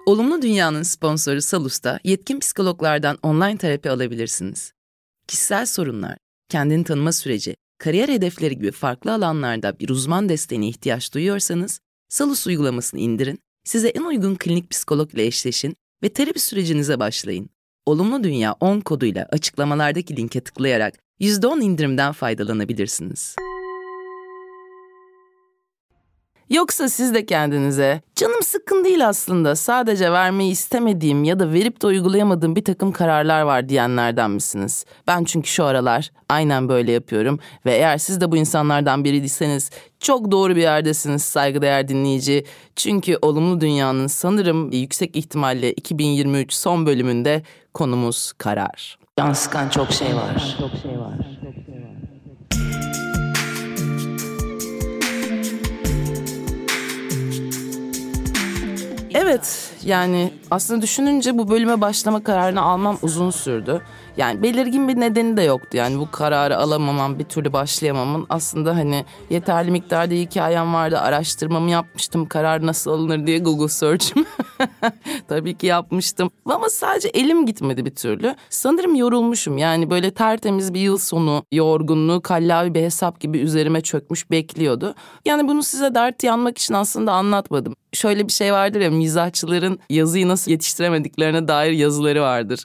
Olumlu Dünya'nın sponsoru Salus'ta yetkin psikologlardan online terapi alabilirsiniz. Kişisel sorunlar, kendini tanıma süreci, kariyer hedefleri gibi farklı alanlarda bir uzman desteğine ihtiyaç duyuyorsanız, Salus uygulamasını indirin, size en uygun klinik psikolog ile eşleşin ve terapi sürecinize başlayın. Olumlu Dünya 10 koduyla açıklamalardaki linke tıklayarak %10 indirimden faydalanabilirsiniz. Yoksa siz de kendinize, canım sıkkın değil aslında, sadece vermeyi istemediğim ya da verip de uygulayamadığım bir takım kararlar var diyenlerden misiniz? Ben çünkü şu aralar aynen böyle yapıyorum ve eğer siz de bu insanlardan biriyseniz çok doğru bir yerdesiniz saygıdeğer dinleyici. Çünkü Olumlu Dünya'nın sanırım yüksek ihtimalle 2023 son bölümünde konumuz karar. Can sıkan çok şey var. Evet, yani aslında düşününce bu bölüme başlama kararını almam uzun sürdü. Yani belirgin bir nedeni de yoktu. Yani bu kararı alamamam, bir türlü başlayamamın aslında hani yeterli miktarda hikayem vardı. Araştırmamı yapmıştım, karar nasıl alınır diye Google search'üm. Tabii ki yapmıştım ama sadece elim gitmedi bir türlü. Sanırım yorulmuşum, yani böyle tertemiz bir yıl sonu yorgunluğu kallavi bir hesap gibi üzerime çökmüş bekliyordu. Yani bunu size dert yanmak için aslında anlatmadım. Şöyle bir şey vardır ya, mizahçıların yazıyı nasıl yetiştiremediklerine dair yazıları vardır.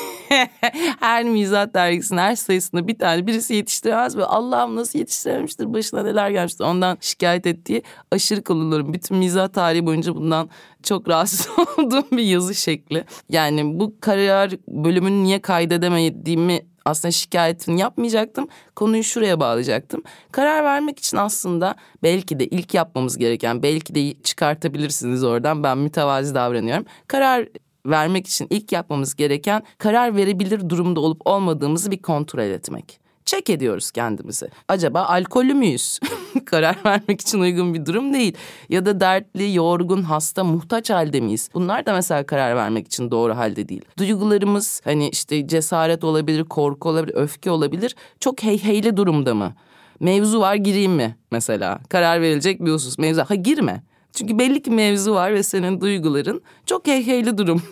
Her mizah dergisinin her sayısında bir tane birisi yetiştiremez ve Allah'ım nasıl yetiştirememiştir, başına neler gelmiştir, ondan şikayet ettiği aşırı konuların bütün mizah tarihi boyunca bundan çok rahatsız olduğum bir yazı şekli. Yani bu karar bölümünü niye kaydedemediğimi aslında şikayetini yapmayacaktım. Konuyu şuraya bağlayacaktım. Karar vermek için aslında belki de ilk yapmamız gereken, belki de çıkartabilirsiniz oradan, ben mütevazi davranıyorum. Karar vermek için ilk yapmamız gereken, karar verebilir durumda olup olmadığımızı bir kontrol etmek. Check ediyoruz kendimizi. Acaba alkollü müyüz? Karar vermek için uygun bir durum değil. Ya da dertli, yorgun, hasta, muhtaç halde miyiz? Bunlar da mesela karar vermek için doğru halde değil. Duygularımız hani işte cesaret olabilir, korku olabilir, öfke olabilir. Çok heyheyli durumda mı? Mevzu var, gireyim mi mesela? Karar verilecek bir husus. Mevzu, girme. Çünkü belli ki mevzu var ve senin duyguların çok heyheyli durumda.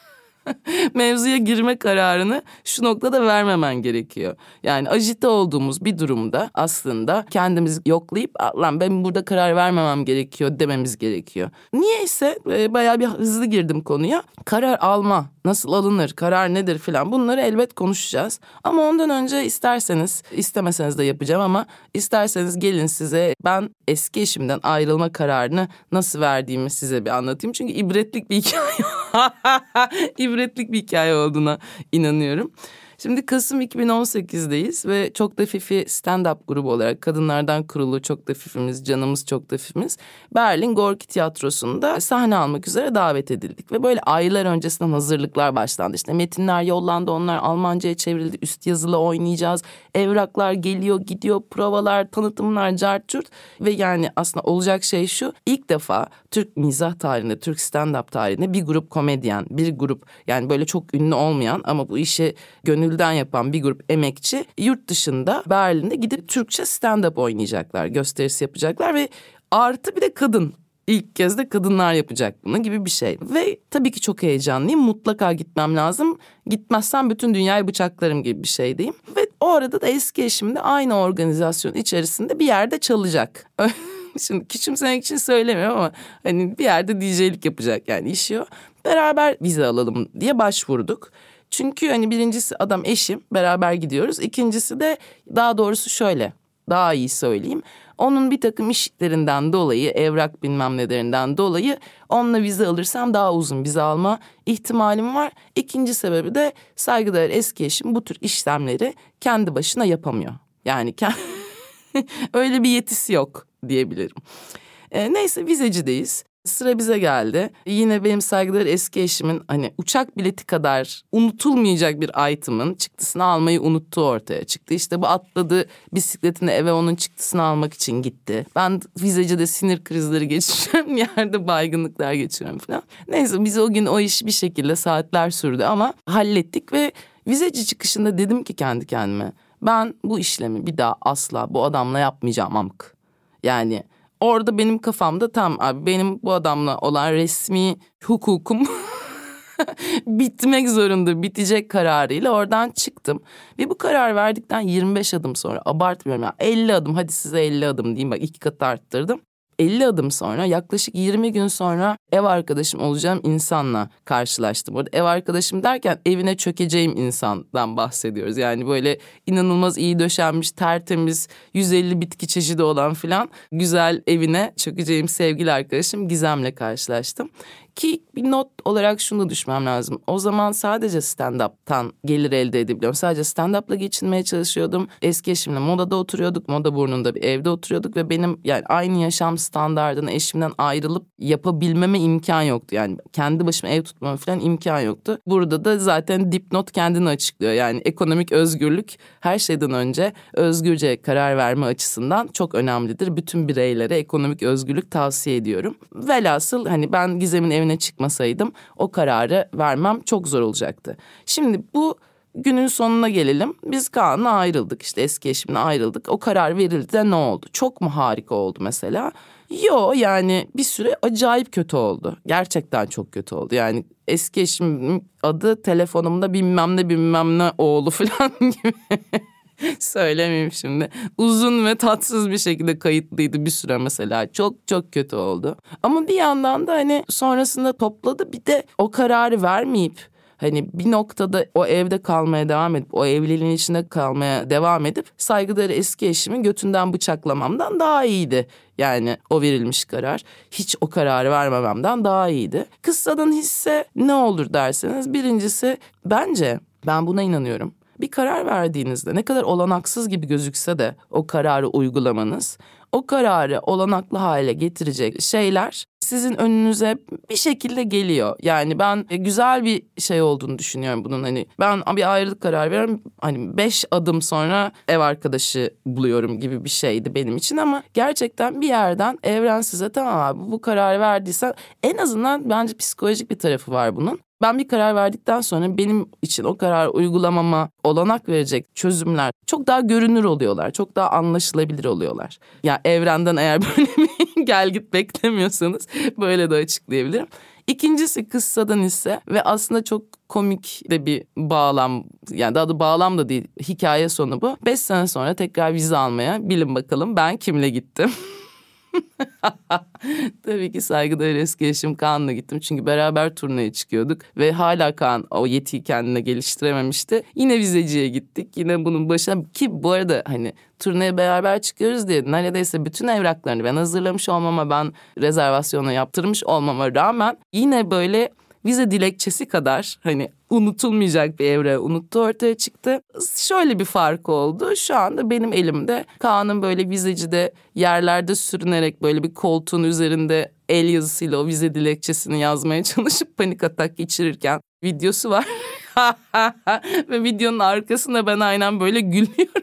Mevzuya girme kararını şu noktada vermemen gerekiyor. Yani ajite olduğumuz bir durumda aslında kendimizi yoklayıp lan ben burada karar vermemem gerekiyor dememiz gerekiyor. Niyeyse bayağı bir hızlı girdim konuya. Karar alma, nasıl alınır, karar nedir filan, bunları elbet konuşacağız. Ama ondan önce isterseniz, istemeseniz de yapacağım ama isterseniz gelin size ben eski eşimden ayrılma kararını nasıl verdiğimi size bir anlatayım. Çünkü ibretlik bir hikaye. İbretlik bir hikaye olduğuna inanıyorum. Şimdi Kasım 2018'deyiz ve Çok da Fifi stand-up grubu olarak kadınlardan kurulu Çok da Fifi'miz, canımız Çok da Fifi'miz Berlin Gorki Tiyatrosu'nda sahne almak üzere davet edildik. Ve böyle aylar öncesinden hazırlıklar başlandı. İşte metinler yollandı, onlar Almanca'ya çevrildi, üst yazılı oynayacağız. Evraklar geliyor gidiyor, provalar, tanıtımlar, cart curt. Ve yani aslında olacak şey şu: ilk defa Türk mizah tarihinde, Türk stand-up tarihinde bir grup komedyen, bir grup yani böyle çok ünlü olmayan ama bu işi gönülden yapan bir grup emekçi yurt dışında Berlin'de gidip Türkçe stand-up oynayacaklar, gösterisi yapacaklar ve artı bir de kadın. İlk kez de kadınlar yapacak bunu gibi bir şey. Ve tabii ki çok heyecanlıyım. Mutlaka gitmem lazım. Gitmezsem bütün dünyayı bıçaklarım gibi bir şeydeyim. Ve o arada da eski eşim de aynı organizasyon içerisinde bir yerde çalacak. Şimdi küçümsemek için söylemiyorum ama hani bir yerde DJ'lik yapacak, yani işi o. Beraber vize alalım diye başvurduk. Çünkü hani birincisi adam eşim, beraber gidiyoruz. İkincisi de daha doğrusu şöyle, daha iyi söyleyeyim. Onun bir takım işlerinden dolayı, evrak bilmem nelerinden dolayı onunla vize alırsam daha uzun vize alma ihtimalim var. İkinci sebebi de saygıdeğer eski eşim bu tür işlemleri kendi başına yapamıyor. Yani öyle bir yetisi yok diyebilirim. Neyse, vizecideyiz. Sıra bize geldi. Yine benim saygıdeğer eski eşimin hani uçak bileti kadar unutulmayacak bir item'ın çıktısını almayı unuttuğu ortaya çıktı. İşte bu atladı bisikletini eve, onun çıktısını almak için gitti. Ben vizecide sinir krizleri geçiriyorum, yerde baygınlıklar geçiriyorum falan. Neyse, biz o gün o iş bir şekilde saatler sürdü ama hallettik ve vizeci çıkışında dedim ki kendi kendime, ben bu işlemi bir daha asla bu adamla yapmayacağım amk. Yani orada benim kafamda tam abi, benim bu adamla olan resmi hukukum Bitmek zorunda, bitecek kararıyla oradan çıktım. Ve bu karar verdikten 25 adım sonra, abartmıyorum ya, 50 adım, hadi size 50 adım diyeyim, bak 2 katı arttırdım. 50 adım sonra, yaklaşık 20 gün sonra ev arkadaşım olacağım insanla karşılaştım. Orada ev arkadaşım derken evine çökeceğim insandan bahsediyoruz. Yani böyle inanılmaz iyi döşenmiş, tertemiz, 150 bitki çeşidi olan filan güzel evine çökeceğim sevgili arkadaşım Gizem'le karşılaştım. Ki bir not olarak şunu da düşmem lazım. O zaman sadece stand-up'tan gelir elde edebiliyorum. Sadece stand-up'la geçinmeye çalışıyordum. Eski eşimle Moda'da oturuyorduk. Modaburnu'nda bir evde oturuyorduk ve benim yani aynı yaşam standardını eşimden ayrılıp yapabilmeme imkan yoktu. Yani kendi başıma ev tutmama falan imkan yoktu. Burada da zaten dipnot kendini açıklıyor. Yani ekonomik özgürlük her şeyden önce özgürce karar verme açısından çok önemlidir. Bütün bireylere ekonomik özgürlük tavsiye ediyorum. Velhasıl hani ben Gizem'in evine çıkmasaydım o kararı vermem çok zor olacaktı. Şimdi bu günün sonuna gelelim. Biz Kaan'la ayrıldık, işte eski eşimle ayrıldık. O karar verildi de ne oldu? Çok mu harika oldu mesela? Yo, yani bir süre acayip kötü oldu. Gerçekten çok kötü oldu. Yani eski eşimin adı telefonumda bilmem ne oğlu falan gibi. Söylemeyeyim şimdi. Uzun ve tatsız bir şekilde kayıtlıydı bir süre mesela. Çok çok kötü oldu. Ama bir yandan da hani sonrasında topladı. Bir de o kararı vermeyip hani bir noktada o evde kalmaya devam edip o evliliğin içinde kalmaya devam edip saygıdeğer eski eşimin götünden bıçaklamamdan daha iyiydi. Yani o verilmiş karar hiç o kararı vermememden daha iyiydi. Kıssadan hisse ne olur derseniz, birincisi bence, ben buna inanıyorum. Bir karar verdiğinizde ne kadar olanaksız gibi gözükse de o kararı uygulamanız, o kararı olanaklı hale getirecek şeyler sizin önünüze bir şekilde geliyor. Yani ben güzel bir şey olduğunu düşünüyorum bunun. Hani ben bir ayrılık kararı veriyorum, hani 5 adım sonra ev arkadaşı buluyorum gibi bir şeydi benim için. Ama gerçekten bir yerden evren size tamam abi bu kararı verdiysen, en azından bence psikolojik bir tarafı var bunun. Ben bir karar verdikten sonra benim için o kararı uygulamama olanak verecek çözümler çok daha görünür oluyorlar. Çok daha anlaşılabilir oluyorlar. Ya evrenden eğer böyle bir gel git beklemiyorsanız böyle de açıklayabilirim. İkincisi kıssadan ise ve aslında çok komik de bir bağlam, yani daha da bağlam da değil, hikaye sonu bu. 5 sene sonra tekrar vize almaya bilin bakalım ben kimle gittim? Tabii ki saygıdeğer eski eşim Kaan'la gittim. Çünkü beraber turneye çıkıyorduk. Ve hala Kaan o yetiyi kendine geliştirememişti. Yine vizeciye gittik. Yine bunun başına, ki bu arada hani turneye beraber çıkıyoruz diye neredeyse bütün evraklarını ben hazırlamış olmama, ben rezervasyonu yaptırmış olmama rağmen yine böyle vize dilekçesi kadar hani unutulmayacak bir evre unuttu ortaya çıktı. Şöyle bir fark oldu. Şu anda benim elimde Kaan'ın böyle vizecide yerlerde sürünerek böyle bir koltuğun üzerinde el yazısıyla o vize dilekçesini yazmaya çalışıp panik atak geçirirken videosu var. Ve videonun arkasında ben aynen böyle gülüyorum.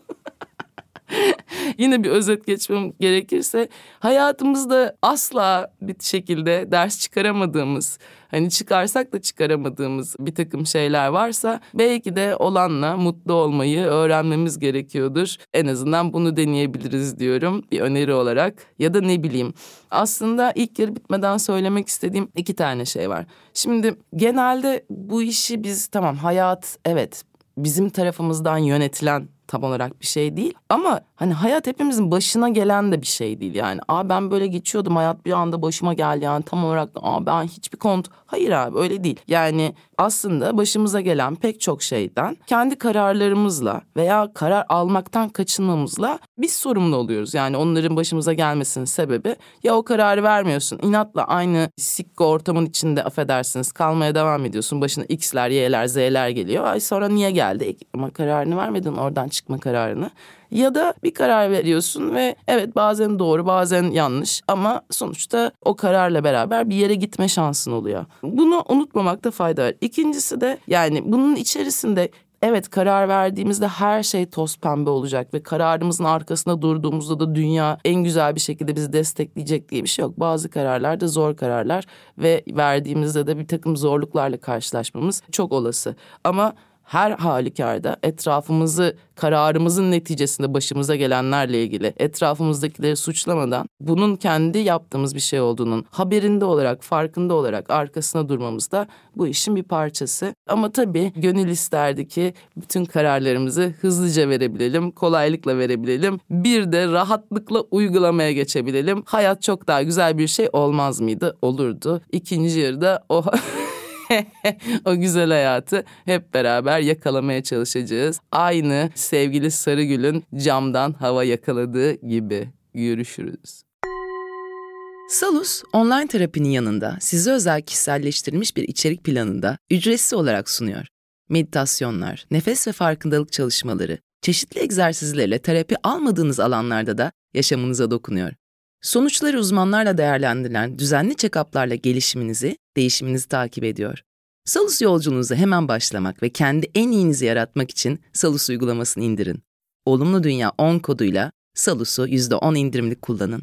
Yine bir özet geçmem gerekirse, hayatımızda asla bir şekilde ders çıkaramadığımız, hani çıkarsak da çıkaramadığımız bir takım şeyler varsa belki de olanla mutlu olmayı öğrenmemiz gerekiyordur. En azından bunu deneyebiliriz diyorum bir öneri olarak. Ya da ne bileyim, aslında ilk yarı bitmeden söylemek istediğim 2 tane şey var. Şimdi genelde bu işi biz, tamam hayat evet bizim tarafımızdan yönetilen tam olarak bir şey değil. Ama hani hayat hepimizin başına gelen de bir şey değil yani. Ben böyle geçiyordum, hayat bir anda başıma geldi yani tam olarak da ben hiçbir hayır abi öyle değil. Yani aslında başımıza gelen pek çok şeyden kendi kararlarımızla veya karar almaktan kaçınmamızla biz sorumlu oluyoruz. Yani onların başımıza gelmesinin sebebi, ya o kararı vermiyorsun, inatla aynı sikko ortamın içinde affedersiniz kalmaya devam ediyorsun. Başına X'ler, Y'ler, Z'ler geliyor. Ay sonra niye geldi? Ama kararını vermedin, oradan çıkma kararını. Ya da bir karar veriyorsun ve evet bazen doğru bazen yanlış ama sonuçta o kararla beraber bir yere gitme şansın oluyor. Bunu unutmamakta fayda var. İkincisi de yani bunun içerisinde evet karar verdiğimizde her şey toz pembe olacak ve kararımızın arkasında durduğumuzda da dünya en güzel bir şekilde bizi destekleyecek diye bir şey yok. Bazı kararlar da zor kararlar ve verdiğimizde de bir takım zorluklarla karşılaşmamız çok olası. Ama her halükarda etrafımızı, kararımızın neticesinde başımıza gelenlerle ilgili etrafımızdakileri suçlamadan bunun kendi yaptığımız bir şey olduğunun haberinde olarak, farkında olarak arkasına durmamız da bu işin bir parçası. Ama tabii gönül isterdi ki bütün kararlarımızı hızlıca verebilelim, kolaylıkla verebilelim. Bir de rahatlıkla uygulamaya geçebilelim. Hayat çok daha güzel bir şey olmaz mıydı? Olurdu. İkinci yarıda o o güzel hayatı hep beraber yakalamaya çalışacağız. Aynı sevgili Sarıgül'ün camdan hava yakaladığı gibi. Görüşürüz. Salus, online terapinin yanında size özel kişiselleştirilmiş bir içerik planında ücretsiz olarak sunuyor. Meditasyonlar, nefes ve farkındalık çalışmaları, çeşitli egzersizlerle terapi almadığınız alanlarda da yaşamınıza dokunuyor. Sonuçları uzmanlarla değerlendirilen düzenli check-up'larla gelişiminizi, değişiminizi takip ediyor. Salus yolculuğunuza hemen başlamak ve kendi en iyinizi yaratmak için Salus uygulamasını indirin. Olumlu Dünya 10 koduyla Salus'u %10 indirimli kullanın.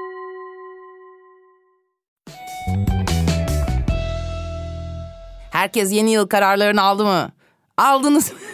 Herkes yeni yıl kararlarını aldı mı? Aldınız mı?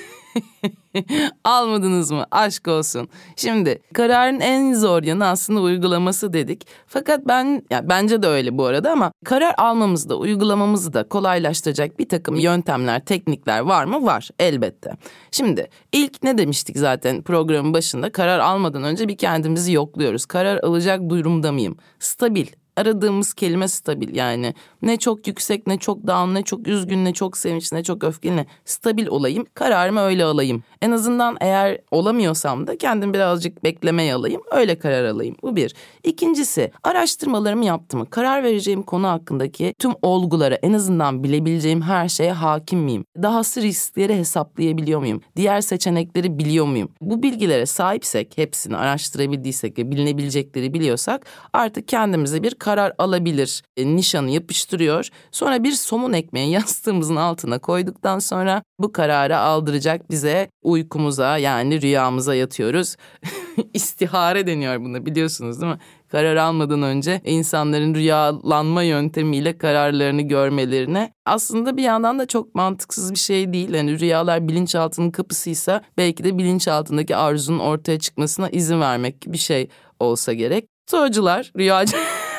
Almadınız mı? Aşk olsun. Şimdi kararın en zor yanı aslında uygulaması dedik. Fakat bence de öyle bu arada ama karar almamızı da uygulamamızı da kolaylaştıracak bir takım yöntemler, teknikler var mı? Var elbette. Şimdi ilk ne demiştik zaten programın başında? Karar almadan önce bir kendimizi yokluyoruz. Karar alacak durumda mıyım? Stabil. Aradığımız kelime stabil, yani ne çok yüksek, ne çok down, ne çok üzgün, ne çok sevinçli, ne çok öfkeli, stabil olayım, kararımı öyle alayım. En azından eğer olamıyorsam da kendim birazcık beklemeye alayım, öyle karar alayım. Bu bir. İkincisi, araştırmalarımı yaptım mı? Karar vereceğim konu hakkındaki tüm olgulara, en azından bilebileceğim her şeye hakim miyim? Dahası riskleri hesaplayabiliyor muyum? Diğer seçenekleri biliyor muyum? Bu bilgilere sahipsek, hepsini araştırabildiysek ve bilinebilecekleri biliyorsak artık kendimize bir karar alabilir nişanı yapıştırıyor. Sonra bir somun ekmeği yastığımızın altına koyduktan sonra bu kararı aldıracak bize uykumuza, yani rüyamıza yatıyoruz. İstihare deniyor buna, biliyorsunuz değil mi? Karar almadan önce insanların rüyalanma yöntemiyle kararlarını görmelerine, aslında bir yandan da çok mantıksız bir şey değil. Yani rüyalar bilinçaltının kapısıysa belki de bilinçaltındaki arzunun ortaya çıkmasına izin vermek bir şey olsa gerek. Stoacılar, rüyacı...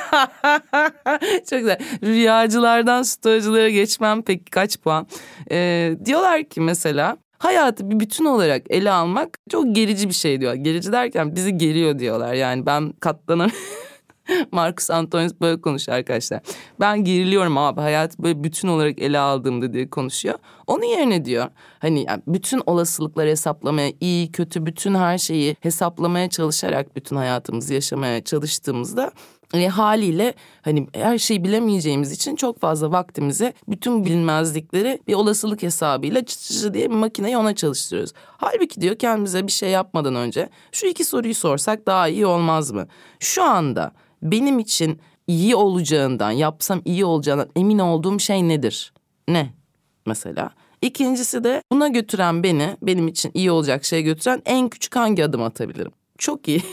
Çok güzel. Rüyacılardan stoacılara geçmem peki kaç puan? Diyorlar ki mesela hayatı bir bütün olarak ele almak çok gerici bir şey diyor. Gerici derken bizi geriyor diyorlar. Yani ben katlanamıyorum. Marcus Antonius böyle konuşuyor arkadaşlar. Ben geriliyorum abi, hayatı böyle bütün olarak ele aldığımda diye konuşuyor. Onun yerine diyor hani bütün olasılıkları hesaplamaya, iyi kötü bütün her şeyi hesaplamaya çalışarak bütün hayatımızı yaşamaya çalıştığımızda haliyle hani her şeyi bilemeyeceğimiz için çok fazla vaktimizi bütün bilinmezlikleri bir olasılık hesabıyla çıt diye bir makineyi ona çalıştırıyoruz. Halbuki diyor kendimize bir şey yapmadan önce şu iki soruyu sorsak daha iyi olmaz mı? Şu anda benim için iyi olacağından, yapsam iyi olacağından emin olduğum şey nedir? Ne mesela? İkincisi de buna götüren benim için iyi olacak şeye götüren en küçük hangi adım atabilirim? Çok iyi.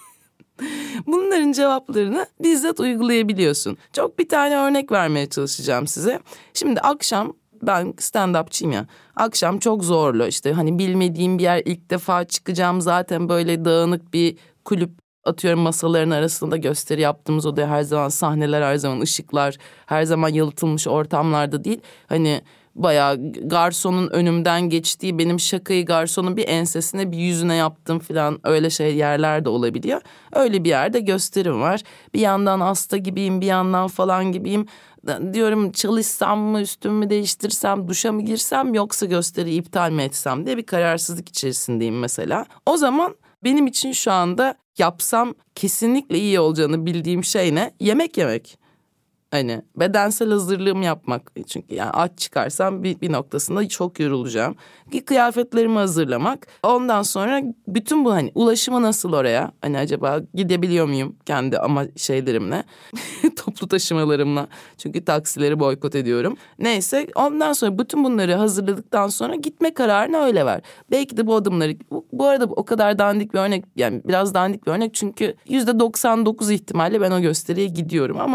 Bunların cevaplarını bizzat uygulayabiliyorsun. Çok bir tane örnek vermeye çalışacağım size. Şimdi akşam, ben stand-upçıyım ya. Akşam çok zorlu, işte hani bilmediğim bir yer, ilk defa çıkacağım, zaten böyle dağınık bir kulüp, atıyorum masaların arasında gösteri yaptığımız odaya her zaman sahneler, her zaman ışıklar, her zaman yalıtılmış ortamlarda değil. Hani bayağı garsonun önümden geçtiği, benim şakayı garsonun bir ensesine bir yüzüne yaptım falan, öyle şey yerler de olabiliyor. Öyle bir yerde gösterim var. Bir yandan hasta gibiyim, bir yandan falan gibiyim. Diyorum çalışsam mı, üstümü değiştirsem, duşa mı girsem yoksa gösteriyi iptal mi etsem diye bir kararsızlık içerisindeyim mesela. O zaman benim için şu anda yapsam kesinlikle iyi olacağını bildiğim şey ne? Yemek yemek. Hani bedensel hazırlığımı yapmak. Çünkü yani aç çıkarsam bir noktasında çok yorulacağım. Kıyafetlerimi hazırlamak. Ondan sonra bütün bu hani ulaşımı nasıl oraya? Hani acaba gidebiliyor muyum kendi ama şeylerimle? Toplu taşımalarımla. Çünkü taksileri boykot ediyorum. Neyse, ondan sonra bütün bunları hazırladıktan sonra gitme kararını öyle ver. Belki de bu adımları, bu arada o kadar dandik bir örnek, yani biraz dandik bir örnek çünkü %99 ihtimalle ben o gösteriye gidiyorum ama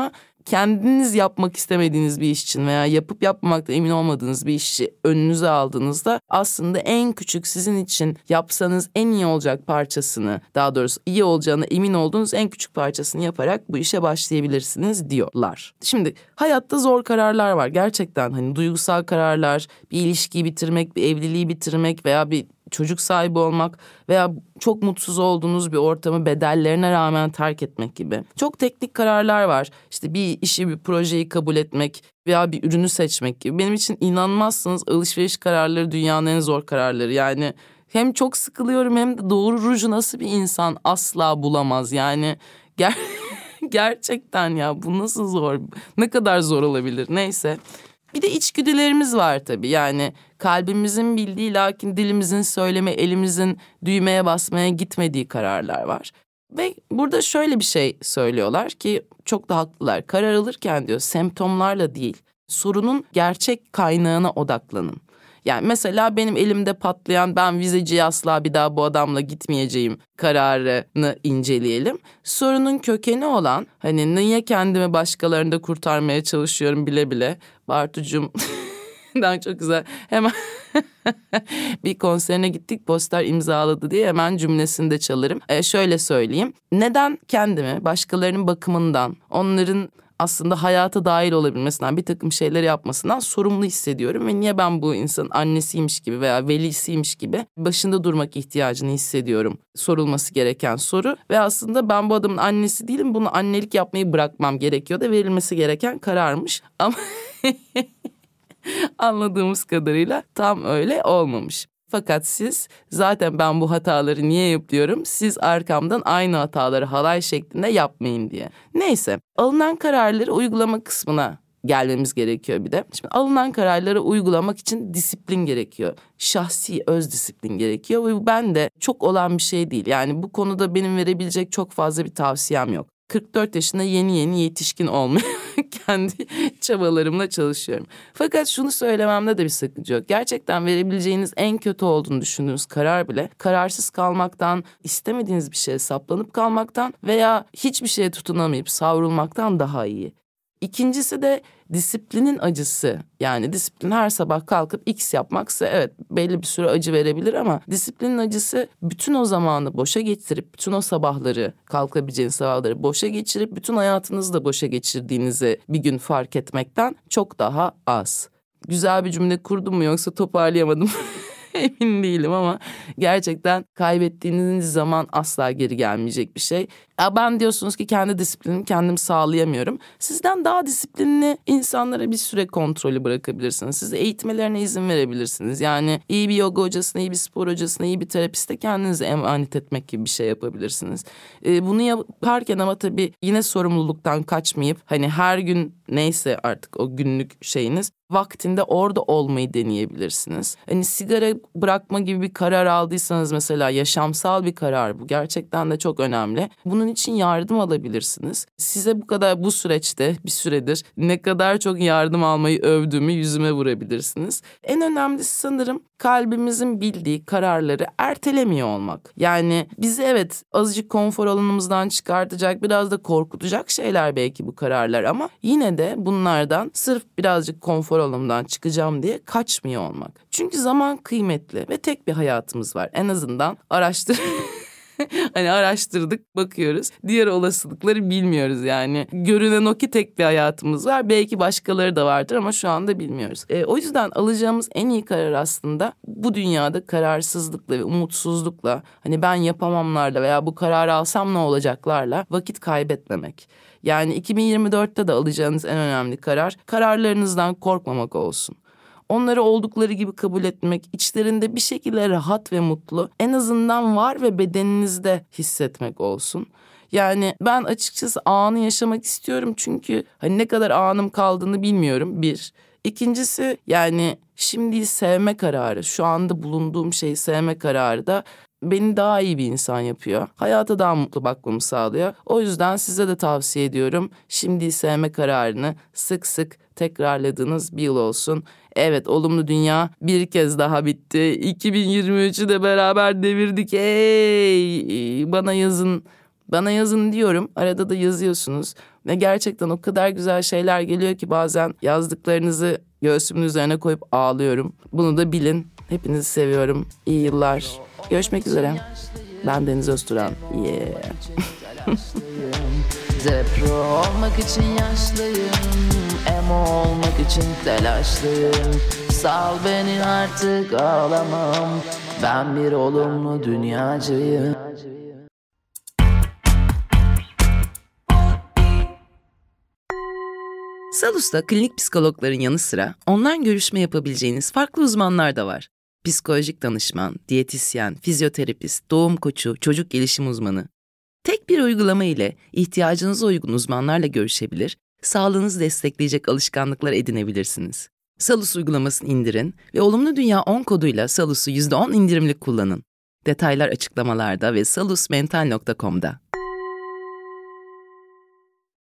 kendiniz yapmak istemediğiniz bir iş için veya yapıp yapmamakta emin olmadığınız bir işi önünüze aldığınızda aslında en küçük sizin için yapsanız en iyi olacak parçasını, daha doğrusu iyi olacağına emin olduğunuz en küçük parçasını yaparak bu işe başlayabilirsiniz diyorlar. Şimdi hayatta zor kararlar var. Gerçekten hani duygusal kararlar, bir ilişkiyi bitirmek, bir evliliği bitirmek veya bir çocuk sahibi olmak veya çok mutsuz olduğunuz bir ortamı bedellerine rağmen terk etmek gibi. Çok teknik kararlar var. İşte bir işi, bir projeyi kabul etmek veya bir ürünü seçmek gibi. Benim için inanmazsınız alışveriş kararları dünyanın en zor kararları. Yani hem çok sıkılıyorum hem de doğru ruju nasıl bir insan asla bulamaz. Yani gerçekten ya bu nasıl zor? Ne kadar zor olabilir? Neyse. Bir de içgüdülerimiz var tabii. Yani kalbimizin bildiği lakin dilimizin söyleme, elimizin düğmeye basmaya gitmediği kararlar var. Ve burada şöyle bir şey söylüyorlar ki çok da haklılar. Karar alırken diyor semptomlarla değil, sorunun gerçek kaynağına odaklanın. Yani mesela benim elimde patlayan ben vizeciye asla bir daha bu adamla gitmeyeceğim kararını inceleyelim. Sorunun kökeni olan hani niye kendimi başkalarında kurtarmaya çalışıyorum bile bile. Bartucuğum çok güzel hemen bir konserine gittik poster imzaladı diye hemen cümlesini de çalarım. Şöyle söyleyeyim neden kendimi başkalarının bakımından onların aslında hayata dahil olabilmesinden bir takım şeyler yapmasından sorumlu hissediyorum. Ve niye ben bu insanın annesiymiş gibi veya velisiymiş gibi başında durmak ihtiyacını hissediyorum sorulması gereken soru. Ve aslında ben bu adamın annesi değilim bunu annelik yapmayı bırakmam gerekiyor da verilmesi gereken kararmış. Ama anladığımız kadarıyla tam öyle olmamış. Fakat siz zaten ben bu hataları niye yapıyorum? Siz arkamdan aynı hataları halay şeklinde yapmayın diye. Neyse alınan kararları uygulama kısmına gelmemiz gerekiyor bir de. Şimdi alınan kararları uygulamak için disiplin gerekiyor. Şahsi öz disiplin gerekiyor ve bu bende çok olan bir şey değil. Yani bu konuda benim verebilecek çok fazla bir tavsiyem yok. 44 yaşında yeni yetişkin olmaya kendi çabalarımla çalışıyorum. Fakat şunu söylememde de bir sakınca yok. Gerçekten verebileceğiniz en kötü olduğunu düşündüğünüz karar bile kararsız kalmaktan, istemediğiniz bir şeye saplanıp kalmaktan veya hiçbir şeye tutunamayıp savrulmaktan daha iyi. İkincisi de disiplinin acısı. Yani disiplin her sabah kalkıp X yapmaksa evet belli bir süre acı verebilir ama disiplinin acısı bütün o zamanı boşa geçirip bütün o sabahları kalkabileceğiniz sabahları boşa geçirip bütün hayatınızı da boşa geçirdiğinizi bir gün fark etmekten çok daha az. Güzel bir cümle kurdum mu yoksa toparlayamadım emin değilim ama gerçekten kaybettiğiniz zaman asla geri gelmeyecek bir şey. Ya ben diyorsunuz ki kendi disiplinimi kendim sağlayamıyorum. Sizden daha disiplinli insanlara bir süre kontrolü bırakabilirsiniz. Size eğitmelerine izin verebilirsiniz. Yani iyi bir yoga hocasına, iyi bir spor hocasına, iyi bir terapiste kendinizi emanet etmek gibi bir şey yapabilirsiniz. Bunu yaparken ama tabii yine sorumluluktan kaçmayıp hani her gün neyse artık o günlük şeyiniz vaktinde orada olmayı deneyebilirsiniz. Hani sigara bırakma gibi bir karar aldıysanız mesela yaşamsal bir karar bu. Gerçekten de çok önemli. Bunun için yardım alabilirsiniz. Size bu kadar bu süreçte bir süredir ne kadar çok yardım almayı övdüğümü yüzüme vurabilirsiniz. En önemlisi sanırım kalbimizin bildiği kararları ertelemiyor olmak. Yani bizi evet azıcık konfor alanımızdan çıkartacak, biraz da korkutacak şeyler belki bu kararlar ama yine de bunlardan sırf birazcık konfor alanımdan çıkacağım diye kaçmıyor olmak. Çünkü zaman kıymetli ve tek bir hayatımız var. En azından hani araştırdık, bakıyoruz. Diğer olasılıkları bilmiyoruz yani. Görünen o ki tek bir hayatımız var. Belki başkaları da vardır ama şu anda bilmiyoruz. O yüzden alacağımız en iyi karar aslında bu dünyada kararsızlıkla ve umutsuzlukla hani ben yapamamlarla veya bu kararı alsam ne olacaklarla vakit kaybetmemek. Yani 2024'te de alacağınız en önemli karar kararlarınızdan korkmamak olsun. Onları oldukları gibi kabul etmek, içlerinde bir şekilde rahat ve mutlu, en azından var ve bedeninizde hissetmek olsun. Yani ben açıkçası anı yaşamak istiyorum çünkü hani ne kadar anım kaldığını bilmiyorum bir. İkincisi yani şimdi sevme kararı, şu anda bulunduğum şeyi sevme kararı da beni daha iyi bir insan yapıyor. Hayata daha mutlu bakmamı sağlıyor. O yüzden size de tavsiye ediyorum. Şimdi sevme kararını sık sık tekrarladığınız bir yıl olsun. Evet olumlu dünya bir kez daha bitti. 2023'ü de beraber devirdik. Bana yazın Bana yazın diyorum, arada da yazıyorsunuz. Ve gerçekten o kadar güzel şeyler geliyor ki bazen yazdıklarınızı göğsümün üzerine koyup ağlıyorum. Bunu da bilin. Hepinizi seviyorum. İyi yıllar. Görüşmek üzere. Ben Deniz Özturan. Yeah. Zepro olmak için yaşlıyım, emo olmak için telaşlıyım. Sal beni artık ağlamam, ben bir olumlu dünyacıyım. Salus'ta klinik psikologların yanı sıra online görüşme yapabileceğiniz farklı uzmanlar da var. Psikolojik danışman, diyetisyen, fizyoterapist, doğum koçu, çocuk gelişim uzmanı. Tek bir uygulama ile ihtiyacınıza uygun uzmanlarla görüşebilir, sağlığınızı destekleyecek alışkanlıklar edinebilirsiniz. Salus uygulamasını indirin ve Olumlu Dünya 10 koduyla Salus'u %10 indirimli kullanın. Detaylar açıklamalarda ve salusmental.com'da.